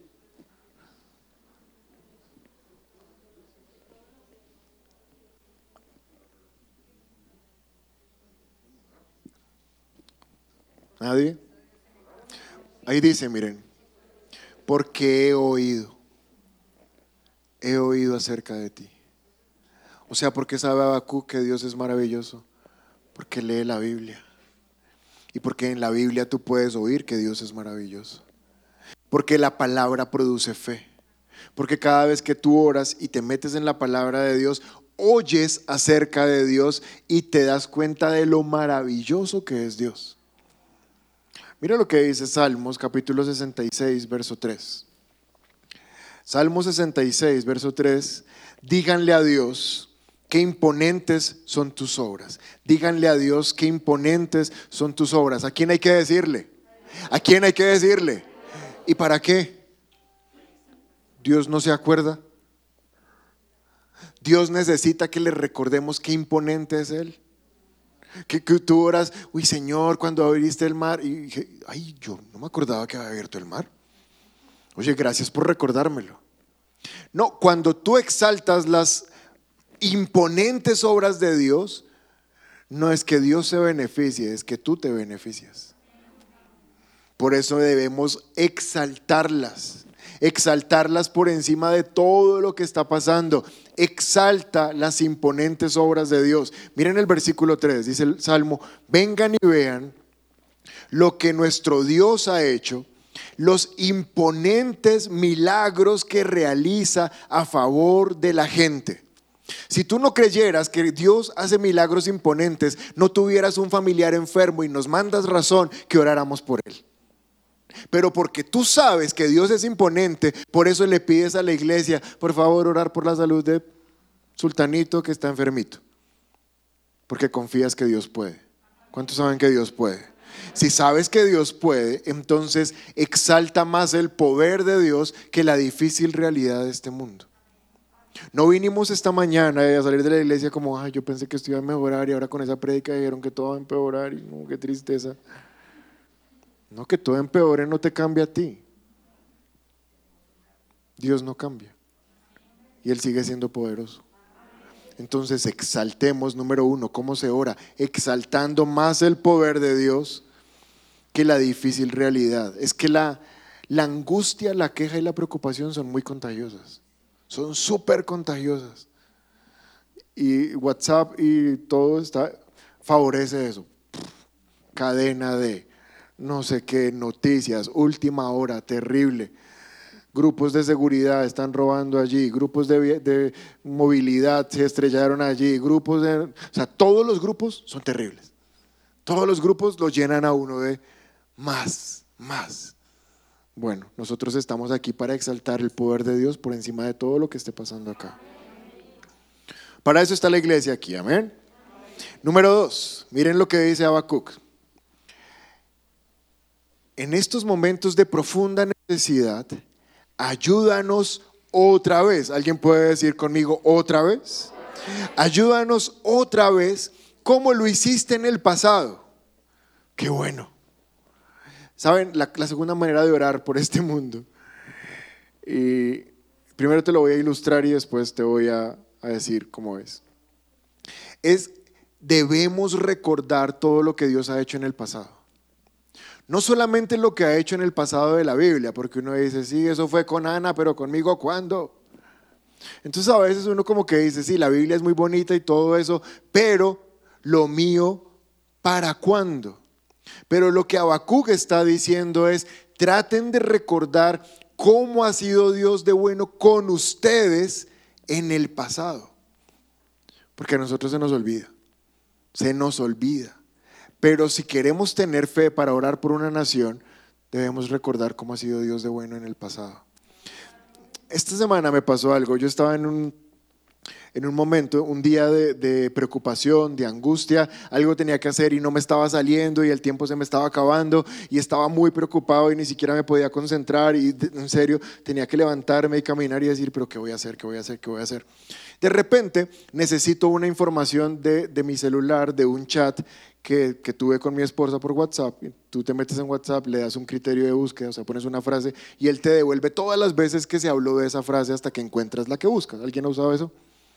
¿Nadie? Ahí dice, miren, porque he oído, he oído acerca de ti. O sea, ¿por qué sabe Habacuc que Dios es maravilloso? Porque lee la Biblia. Y porque en la Biblia tú puedes oír que Dios es maravilloso. Porque la palabra produce fe. Porque cada vez que tú oras y te metes en la palabra de Dios, oyes acerca de Dios y te das cuenta de lo maravilloso que es Dios. Mira lo que dice Salmos capítulo sesenta y seis, verso tres. Salmos sesenta y seis, verso tres. Díganle a Dios: qué imponentes son tus obras. Díganle a Dios: qué imponentes son tus obras. ¿A quién hay que decirle? ¿A quién hay que decirle? ¿Y para qué? Dios no se acuerda. Dios necesita que le recordemos qué imponente es Él. Que, que tú oras: uy, Señor, cuando abriste el mar, y dije: ay, yo no me acordaba que había abierto el mar. Oye, gracias por recordármelo. No, cuando tú exaltas las imponentes obras de Dios, no es que Dios se beneficie, es que tú te beneficias. Por eso debemos exaltarlas, exaltarlas por encima de todo lo que está pasando. Exalta las imponentes obras de Dios. Miren el versículo tres, dice el Salmo: vengan y vean lo que nuestro Dios ha hecho, los imponentes milagros que realiza a favor de la gente. Si tú no creyeras que Dios hace milagros imponentes, no tuvieras un familiar enfermo y nos mandas razón que oráramos por él. Pero porque tú sabes que Dios es imponente, por eso le pides a la iglesia: por favor, orar por la salud de Sultanito que está enfermito. Porque confías que Dios puede. ¿Cuántos saben que Dios puede? Si sabes que Dios puede, entonces exalta más el poder de Dios que la difícil realidad de este mundo. No vinimos esta mañana a salir de la iglesia como: ay, yo pensé que esto iba a mejorar y ahora con esa prédica dijeron que todo va a empeorar y no, qué tristeza. No, que todo empeore no te cambia a ti. Dios no cambia y Él sigue siendo poderoso. Entonces exaltemos, número uno, ¿cómo se ora? Exaltando más el poder de Dios que la difícil realidad. Es que la, la angustia, la queja y la preocupación son muy contagiosas. Son súper contagiosas. Y WhatsApp y todo está, favorece eso. Cadena de no sé qué, noticias, última hora, terrible. Grupos de seguridad están robando allí, grupos de, de movilidad se estrellaron allí, grupos de… O sea, todos los grupos son terribles. Todos los grupos los llenan a uno de más, más. Bueno, nosotros estamos aquí para exaltar el poder de Dios por encima de todo lo que esté pasando acá. Para eso está la iglesia aquí, amén. Número dos, miren lo que dice Habacuc. En estos momentos de profunda necesidad, ayúdanos otra vez. ¿Alguien puede decir conmigo otra vez? Ayúdanos otra vez como lo hiciste en el pasado. Qué bueno. ¿Saben? La, la segunda manera de orar por este mundo. Y primero te lo voy a ilustrar y después te voy a, a decir cómo es. Es, debemos recordar todo lo que Dios ha hecho en el pasado. No solamente lo que ha hecho en el pasado de la Biblia, porque uno dice: sí, eso fue con Ana, pero conmigo ¿cuándo? Entonces a veces uno como que dice: sí, la Biblia es muy bonita y todo eso, pero lo mío, ¿para cuándo? Pero lo que Habacuc está diciendo es: traten de recordar cómo ha sido Dios de bueno con ustedes en el pasado. Porque a nosotros se nos olvida, se nos olvida. Pero si queremos tener fe para orar por una nación, debemos recordar cómo ha sido Dios de bueno en el pasado. Esta semana me pasó algo. Yo estaba en un, en un momento, un día de, de preocupación, de angustia. Algo tenía que hacer y no me estaba saliendo y el tiempo se me estaba acabando y estaba muy preocupado y ni siquiera me podía concentrar y en serio tenía que levantarme y caminar y decir: pero ¿qué voy a hacer? ¿Qué voy a hacer? ¿Qué voy a hacer? De repente necesito una información de, de mi celular, de un chat que, que tuve con mi esposa por WhatsApp. Tú te metes en WhatsApp, le das un criterio de búsqueda, o sea, pones una frase y él te devuelve todas las veces que se habló de esa frase hasta que encuentras la que buscas. ¿Alguien ha usado eso?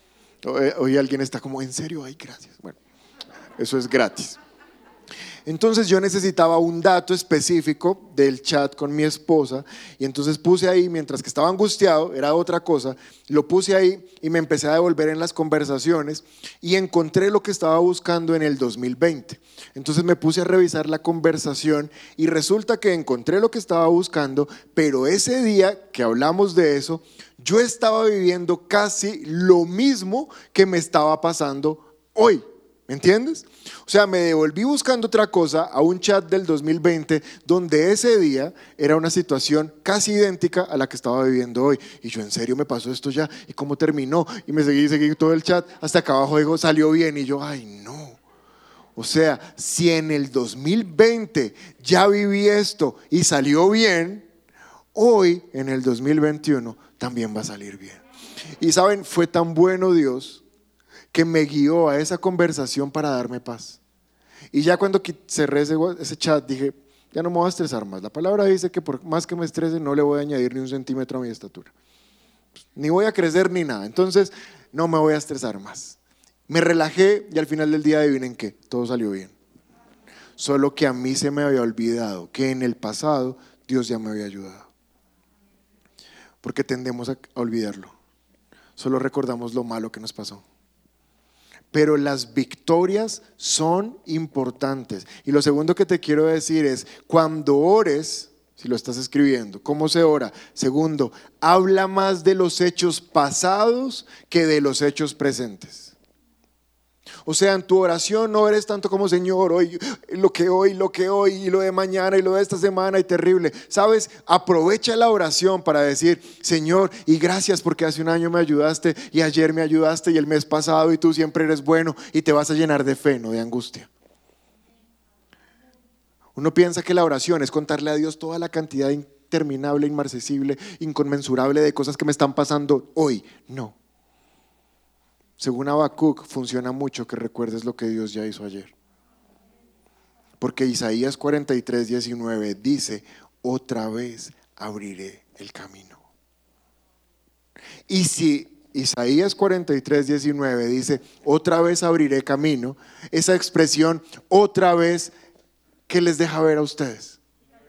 Hoy alguien está como: ¿en serio? Ay, gracias. Bueno, eso es gratis. Entonces yo necesitaba un dato específico del chat con mi esposa y entonces puse ahí, mientras que estaba angustiado, era otra cosa, lo puse ahí y me empecé a devolver en las conversaciones y encontré lo que estaba buscando en el dos mil veinte. Entonces me puse a revisar la conversación y resulta que encontré lo que estaba buscando, pero ese día que hablamos de eso, yo estaba viviendo casi lo mismo que me estaba pasando hoy. ¿Me entiendes? O sea, me devolví buscando otra cosa a un chat del dos mil veinte donde ese día era una situación casi idéntica a la que estaba viviendo hoy. Y yo: ¿en serio me pasó esto ya? ¿Y cómo terminó? Y me seguí, seguí todo el chat hasta acá abajo digo: salió bien. Y yo: ay, no. O sea, si en el dos mil veinte ya viví esto y salió bien, hoy en el dos mil veintiuno también va a salir bien. Y saben, fue tan bueno Dios que me guió a esa conversación para darme paz. Y ya cuando cerré ese, ese chat dije: Ya no me voy a estresar más. La palabra dice que por más que me estrese no le voy a añadir ni un centímetro a mi estatura. Ni voy a crecer ni nada. Entonces no me voy a estresar más. Me relajé y al final del día adivinen qué, todo salió bien. Solo que a mí se me había olvidado que en el pasado Dios ya me había ayudado. Porque tendemos a olvidarlo. Solo recordamos lo malo que nos pasó. Pero las victorias son importantes. Y lo segundo que te quiero decir es, cuando ores, si lo estás escribiendo, ¿cómo se ora? Segundo, habla más de los hechos pasados que de los hechos presentes. O sea, en tu oración no eres tanto como Señor, hoy, lo que hoy, lo que hoy, y lo de mañana, y lo de esta semana, y terrible. ¿Sabes? Aprovecha la oración para decir, Señor, y gracias porque hace un año me ayudaste, y ayer me ayudaste, y el mes pasado, y tú siempre eres bueno, y te vas a llenar de fe, no de angustia. Uno piensa que la oración es contarle a Dios toda la cantidad interminable, inmarcesible, inconmensurable de cosas que me están pasando hoy. No. Según Habacuc, funciona mucho que recuerdes lo que Dios ya hizo ayer. Porque Isaías cuarenta y tres, diecinueve dice, otra vez abriré el camino. Y si Isaías cuarenta y tres, diecinueve dice, otra vez abriré camino, esa expresión, otra vez, ¿qué les deja ver a ustedes?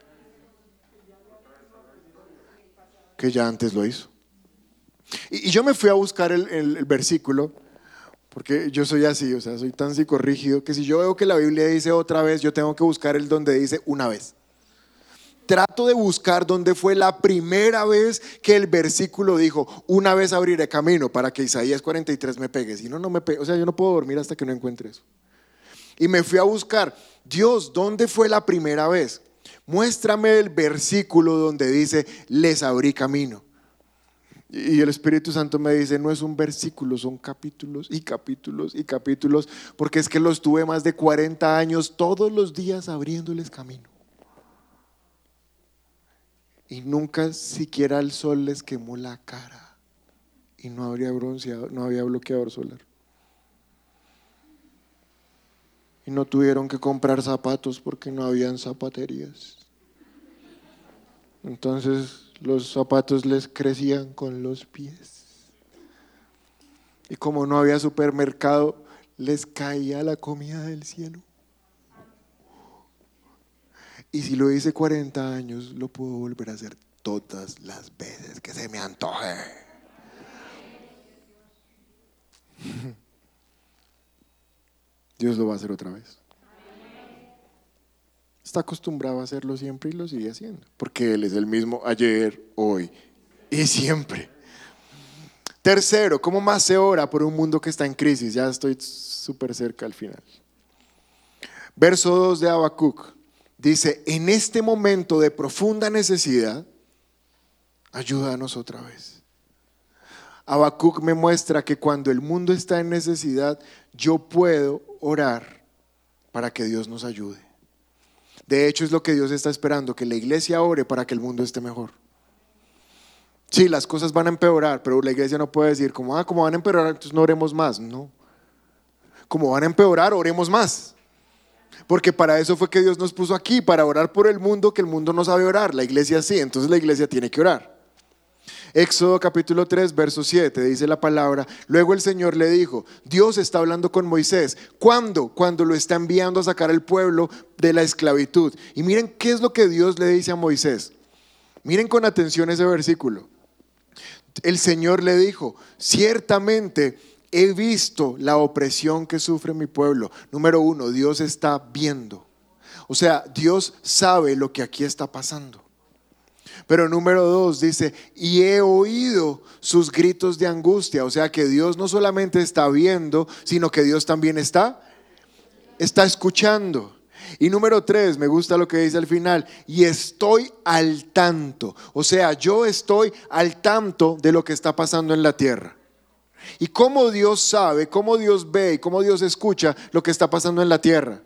Que ya antes lo hizo. Y, y yo me fui a buscar el, el, el versículo, porque yo soy así, o sea, soy tan psicorrígido que si yo veo que la Biblia dice otra vez, yo tengo que buscar el donde dice una vez. Trato de buscar dónde fue la primera vez que el versículo dijo, una vez abriré camino, para que Isaías cuarenta y tres me pegue. Si no, no me pegue. O sea, yo no puedo dormir hasta que no encuentre eso. Y me fui a buscar, Dios, ¿dónde fue la primera vez? Muéstrame el versículo donde dice, les abrí camino. Y el Espíritu Santo me dice, no es un versículo, son capítulos y capítulos y capítulos, porque es que los tuve más de cuarenta años todos los días abriéndoles camino. Y nunca siquiera el sol les quemó la cara y no habría bronceado, no había bloqueador solar. Y no tuvieron que comprar zapatos porque no habían zapaterías. Entonces los zapatos les crecían con los pies. Y como no había supermercado, les caía la comida del cielo. Y si lo hice cuarenta años, lo puedo volver a hacer todas las veces que se me antoje. Dios lo va a hacer otra vez. Está acostumbrado a hacerlo siempre y lo sigue haciendo, porque Él es el mismo ayer, hoy y siempre. Tercero, ¿cómo más se ora por un mundo que está en crisis? Ya estoy súper cerca al final. Verso dos de Habacuc dice, en este momento de profunda necesidad, ayúdanos otra vez. Habacuc me muestra que cuando el mundo está en necesidad, yo puedo orar para que Dios nos ayude. De hecho, es lo que Dios está esperando, que la iglesia ore para que el mundo esté mejor. Sí, las cosas van a empeorar, pero la iglesia no puede decir, como, ah, como van a empeorar, entonces no oremos más. No. Como van a empeorar, oremos más. Porque para eso fue que Dios nos puso aquí, para orar por el mundo, que el mundo no sabe orar. La iglesia sí, entonces la iglesia tiene que orar. Éxodo capítulo tres, verso siete, dice la palabra, luego el Señor le dijo, Dios está hablando con Moisés. ¿Cuándo? Cuando lo está enviando a sacar al pueblo de la esclavitud. Y miren qué es lo que Dios le dice a Moisés. Miren con atención ese versículo. El Señor le dijo, ciertamente he visto la opresión que sufre mi pueblo. Número uno, Dios está viendo. O sea, Dios sabe lo que aquí está pasando. Pero número dos dice, y he oído sus gritos de angustia. O sea que Dios no solamente está viendo, sino que Dios también está, está escuchando. Y número tres, me gusta lo que dice al final, y estoy al tanto. O sea, yo estoy al tanto de lo que está pasando en la tierra. Y cómo Dios sabe, cómo Dios ve y cómo Dios escucha lo que está pasando en la tierra.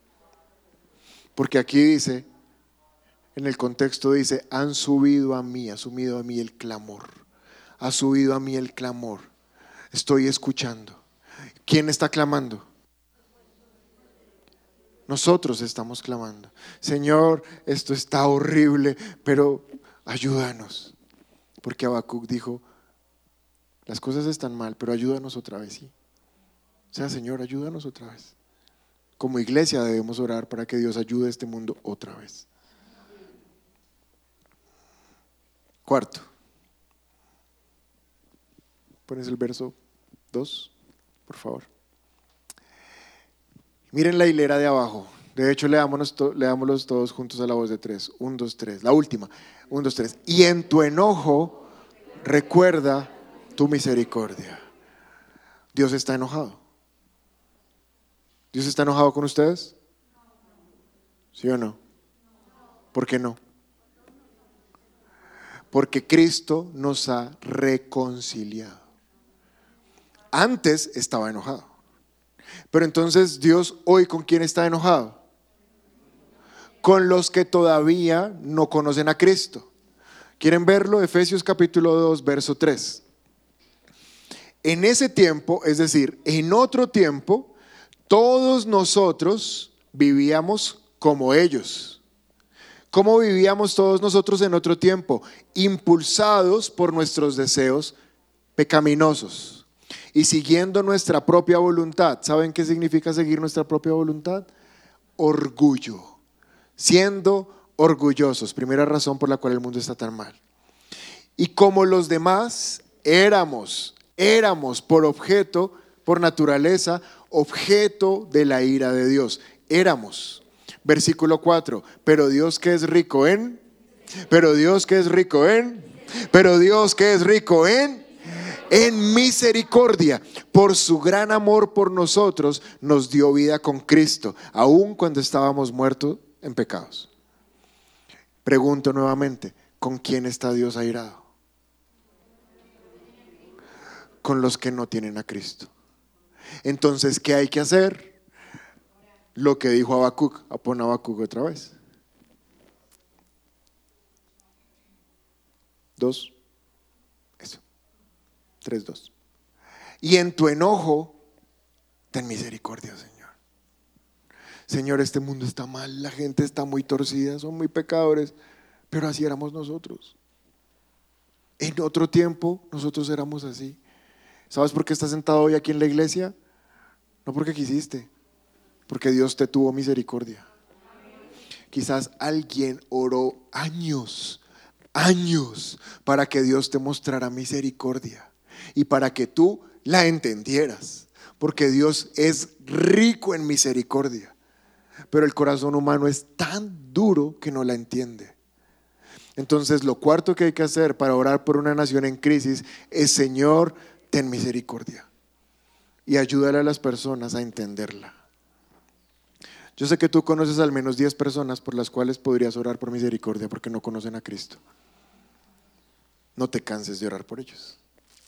Porque aquí dice, en el contexto dice, han subido a mí, ha subido a mí el clamor. Ha subido a mí el clamor. Estoy escuchando. ¿Quién está clamando? Nosotros estamos clamando: Señor, esto está horrible, pero ayúdanos. Porque Habacuc dijo: las cosas están mal, pero ayúdanos otra vez. Sí. O sea, Señor, ayúdanos otra vez. Como iglesia debemos orar para que Dios ayude a este mundo otra vez. Cuarto, pones el verso dos, por favor. Miren la hilera de abajo. De hecho, leámonos to, leámoslos todos juntos a la voz de tres. Un, dos, tres. La última. Un, dos, tres. Y en tu enojo recuerda tu misericordia. Dios está enojado. ¿Dios está enojado con ustedes? ¿Sí o no? ¿Por qué no? Porque Cristo nos ha reconciliado. Antes estaba enojado. Pero entonces Dios hoy, ¿con quién está enojado? Con los que todavía no conocen a Cristo. ¿Quieren verlo? Efesios capítulo dos, verso tres. En ese tiempo, es decir, en otro tiempo, todos nosotros vivíamos como ellos. ¿Cómo vivíamos todos nosotros en otro tiempo? Impulsados por nuestros deseos pecaminosos y siguiendo nuestra propia voluntad. ¿Saben qué significa seguir nuestra propia voluntad? Orgullo. Siendo orgullosos. Primera razón por la cual el mundo está tan mal. Y como los demás, éramos, éramos por objeto, por naturaleza, objeto de la ira de Dios. Éramos. Versículo cuatro. Pero Dios que es rico en, pero Dios que es rico en, pero Dios que es rico en, en misericordia, por su gran amor por nosotros, nos dio vida con Cristo, aun cuando estábamos muertos en pecados. Pregunto nuevamente: ¿con quién está Dios airado? Con los que no tienen a Cristo. Entonces, ¿qué hay que hacer? Lo que dijo Habacuc. Pon Habacuc otra vez. Dos. Eso. Tres, dos. Y en tu enojo, ten misericordia, Señor. Señor, este mundo está mal, la gente está muy torcida, son muy pecadores, pero así éramos nosotros. En otro tiempo, nosotros éramos así. ¿Sabes por qué estás sentado hoy aquí en la iglesia? No porque quisiste, porque Dios te tuvo misericordia. Quizás alguien oró años, años para que Dios te mostrara misericordia y para que tú la entendieras, porque Dios es rico en misericordia, pero el corazón humano es tan duro que no la entiende. Entonces, lo cuarto que hay que hacer para orar por una nación en crisis es: Señor, ten misericordia y ayúdale a las personas a entenderla. Yo sé que tú conoces al menos diez personas por las cuales podrías orar por misericordia porque no conocen a Cristo. No te canses de orar por ellos.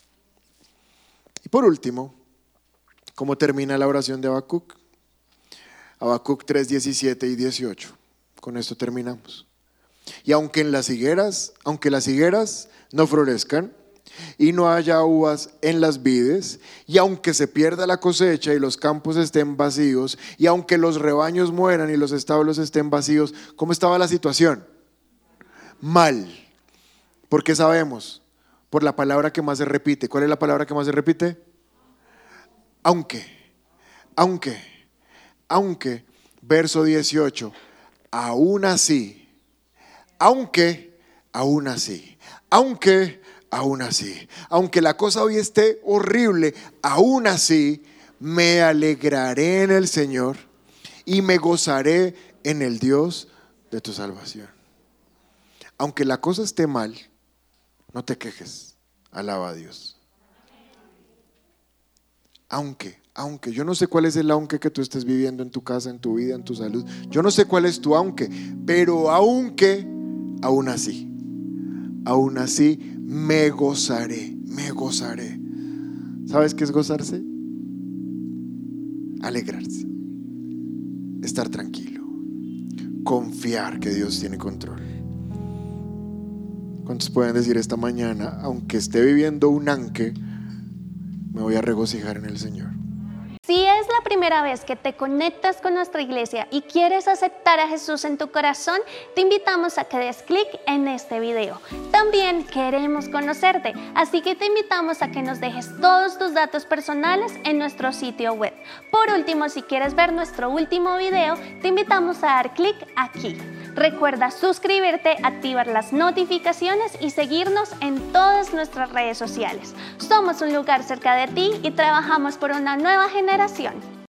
Y por último, ¿cómo termina la oración de Habacuc? Habacuc tres, diecisiete y dieciocho. Con esto terminamos. Y aunque en las higueras, aunque las higueras no florezcan y no haya uvas en las vides, y aunque se pierda la cosecha y los campos estén vacíos, y aunque los rebaños mueran y los establos estén vacíos, ¿cómo estaba la situación? Mal. ¿Por qué sabemos? Por la palabra que más se repite. ¿Cuál es la palabra que más se repite? Aunque, aunque, aunque, verso dieciocho, aún así, aunque, aún así, aunque, aún así, aunque la cosa hoy esté horrible, aún así me alegraré en el Señor y me gozaré en el Dios de tu salvación. Aunque la cosa esté mal, no te quejes, alaba a Dios. Aunque, aunque, yo no sé cuál es el aunque que tú estés viviendo en tu casa, en tu vida, en tu salud. Yo no sé cuál es tu aunque, pero aunque, aún así, aún así me gozaré, me gozaré. ¿Sabes qué es gozarse? Alegrarse, estar tranquilo, confiar que Dios tiene control. ¿Cuántos pueden decir esta mañana: aunque esté viviendo un aunque, me voy a regocijar en el Señor? Si es la primera vez que te conectas con nuestra iglesia y quieres aceptar a Jesús en tu corazón, te invitamos a que des clic en este video. También queremos conocerte, así que te invitamos a que nos dejes todos tus datos personales en nuestro sitio web. Por último, si quieres ver nuestro último video, te invitamos a dar clic aquí. Recuerda suscribirte, activar las notificaciones y seguirnos en todas nuestras redes sociales. Somos un lugar cerca de ti y trabajamos por una nueva generación.